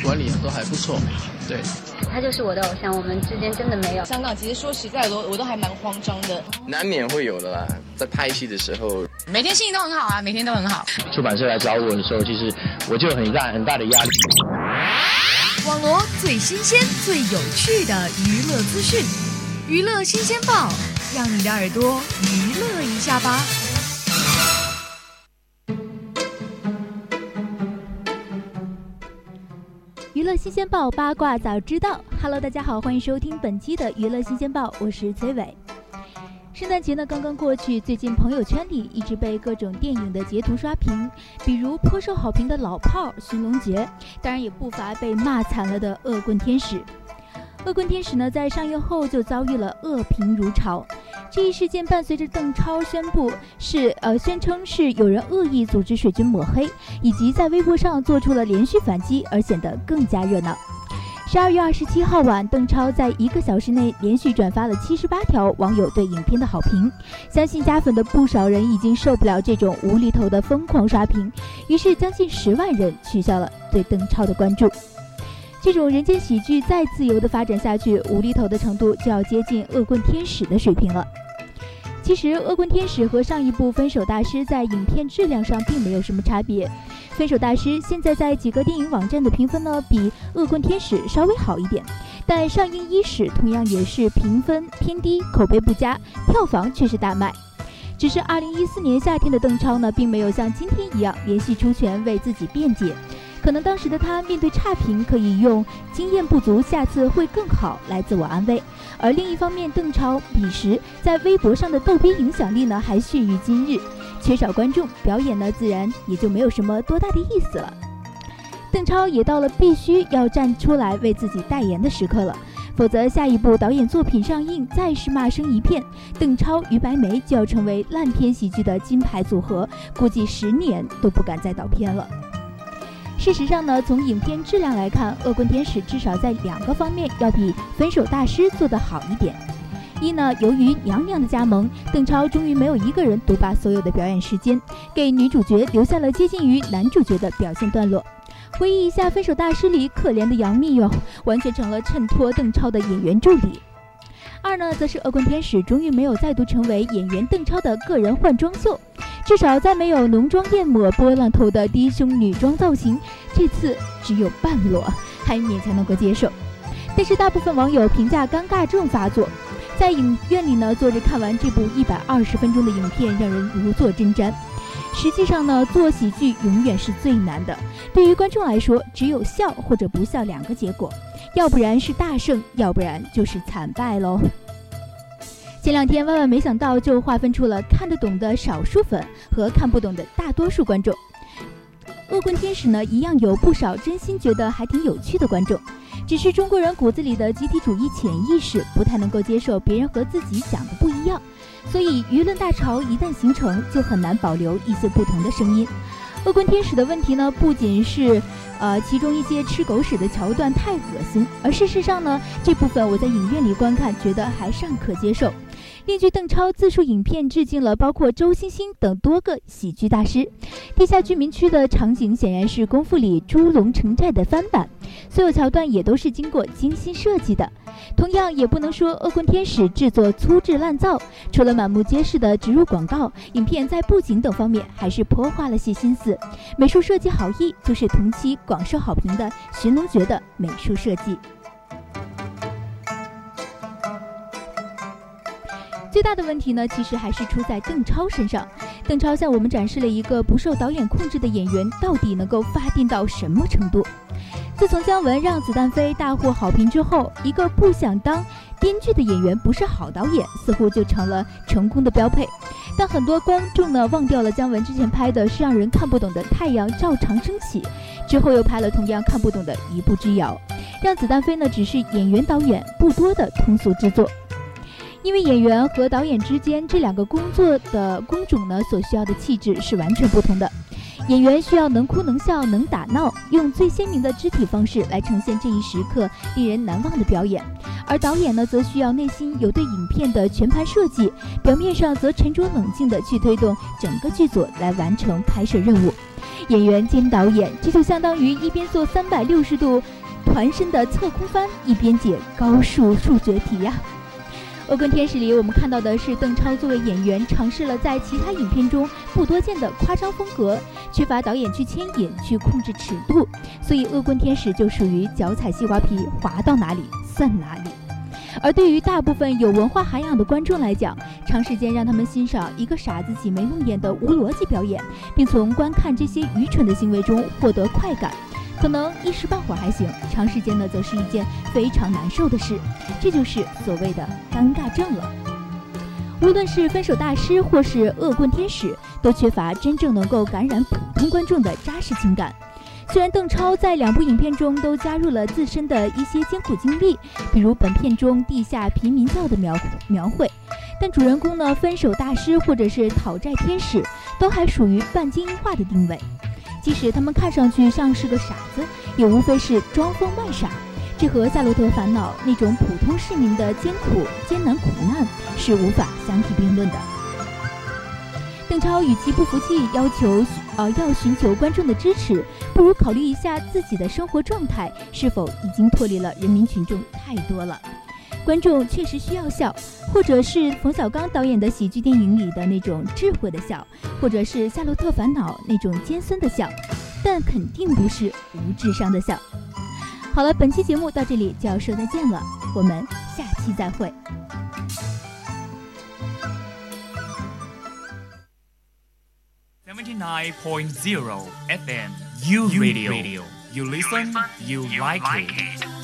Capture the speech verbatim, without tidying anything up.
管理都还不错，对。 他就是我的偶像，我们之间真的没有。 香港其实说实在的，我都还蛮慌张的， 难免会有的啦。在拍戏的时候， 每天心情都很好啊，每天都很好。 出版社来找我的时候，其实我就有很大很大的压力。 网罗最新鲜、最有趣的娱乐资讯，娱乐新鲜报，让你的耳朵娱乐一下吧。 娱乐新鲜报，八卦早知道。Hello， 大家好，欢迎收听本期的娱乐新鲜报，我是崔伟。圣诞节呢刚刚过去，最近朋友圈里一直被各种电影的截图刷屏，比如颇受好评的老炮《寻龙诀》，当然也不乏被骂惨了的《恶棍天使》。《恶棍天使》呢在上映后就遭遇了恶评如潮。这一事件伴随着邓超宣布是呃宣称是有人恶意组织水军抹黑，以及在微博上做出了连续反击，而显得更加热闹。十二月二十七号晚，邓超在一个小时内连续转发了七十八条网友对影片的好评，相信加粉的不少人已经受不了这种无厘头的疯狂刷屏，于是将近十万人取消了对邓超的关注。这种人间喜剧再自由的发展下去，无厘头的程度就要接近恶棍天使的水平了。其实恶棍天使和上一部分手大师在影片质量上并没有什么差别，分手大师现在在几个电影网站的评分呢比恶棍天使稍微好一点，但上映伊始同样也是评分偏低，口碑不佳，票房却是大卖。只是二零一四年夏天的邓超呢并没有像今天一样连续出拳为自己辩解，可能当时的他面对差评可以用经验不足，下次会更好来自我安慰。而另一方面，邓超彼时在微博上的逗逼影响力呢还逊于今日，缺少观众，表演呢自然也就没有什么多大的意思了。邓超也到了必须要站出来为自己代言的时刻了，否则下一部导演作品上映再是骂声一片，邓超与白眉就要成为烂片喜剧的金牌组合，估计十年都不敢再导片了。事实上呢，从影片质量来看，恶棍天使至少在两个方面要比分手大师做得好一点。一呢，由于娘娘的加盟，邓超终于没有一个人独霸所有的表演时间，给女主角留下了接近于男主角的表现段落。回忆一下分手大师里可怜的杨幂哟，完全成了衬托邓超的演员助理。二呢，则是恶棍天使终于没有再度成为演员邓超的个人换装秀，至少在没有浓妆艳抹波浪头的低胸女装造型，这次只有半裸，还勉强能够接受。但是大部分网友评价尴尬症发作，在影院里呢坐着看完这部一百二十分钟的影片，让人如坐针毡。实际上呢，做喜剧永远是最难的，对于观众来说，只有笑或者不笑两个结果，要不然是大胜，要不然就是惨败喽。前两天万万没想到就划分出了看得懂的少数粉和看不懂的大多数观众。恶棍天使呢一样有不少真心觉得还挺有趣的观众，只是中国人骨子里的集体主义潜意识不太能够接受别人和自己想的不一样，所以舆论大潮一旦形成，就很难保留一些不同的声音。恶棍天使的问题呢，不仅是呃其中一些吃狗屎的桥段太恶心，而事实上呢，这部分我在影院里观看觉得还尚可接受。另据邓超自述，影片致敬了包括周星星等多个喜剧大师。地下居民区的场景显然是功夫里猪龙城寨的翻版，所有桥段也都是经过精心设计的。同样也不能说恶棍天使制作粗制滥造，除了满目皆是的植入广告，影片在布景等方面还是颇花了些心思，美术设计好意就是同期广受好评的《寻龙诀》的美术设计。最大的问题呢，其实还是出在邓超身上。邓超向我们展示了一个不受导演控制的演员到底能够发癫到什么程度。自从姜文让子弹飞大获好评之后，一个不想当编剧的演员不是好导演，似乎就成了成功的标配。但很多观众呢，忘掉了姜文之前拍的是让人看不懂的《太阳照常升起》，之后又拍了同样看不懂的《一步之遥》。让子弹飞呢，只是演员导演不多的通俗之作。因为演员和导演之间这两个工作的工种呢，所需要的气质是完全不同的。演员需要能哭能笑能打闹，用最鲜明的肢体方式来呈现这一时刻令人难忘的表演，而导演呢，则需要内心有对影片的全盘设计，表面上则沉着冷静地去推动整个剧组来完成拍摄任务。演员兼导演，这就相当于一边做三百六十度团身的侧空翻，一边解高数数学题呀、啊。恶棍天使里，我们看到的是邓超作为演员尝试了在其他影片中不多见的夸张风格，缺乏导演去牵引去控制尺度，所以恶棍天使就属于脚踩西瓜皮，滑到哪里算哪里。而对于大部分有文化涵养的观众来讲，长时间让他们欣赏一个傻子挤眉弄眼的无逻辑表演，并从观看这些愚蠢的行为中获得快感，可能一时半会儿还行，长时间呢则是一件非常难受的事，这就是所谓的尴尬症了。无论是分手大师或是恶棍天使，都缺乏真正能够感染普通观众的扎实情感。虽然邓超在两部影片中都加入了自身的一些艰苦经历，比如本片中地下贫民教的描描绘，但主人公呢，分手大师或者是讨债天使，都还属于半精英化的定位。即使他们看上去像是个傻子，也无非是装疯卖傻，这和《夏洛特烦恼》那种普通市民的艰苦、艰难苦难是无法相提并论的。邓超与其不服气，要求呃要寻求观众的支持，不如考虑一下自己的生活状态是否已经脱离了人民群众太多了。观众确实需要笑，或者是冯小刚导演的喜剧电影里的那种智慧的笑，或者是《夏洛特烦恼》那种尖酸的笑，但肯定不是无智商的笑。好了，本期节目到这里就要说再见了，我们下期再会。 seventy-nine point zero F M U Radio. You listen, you like it.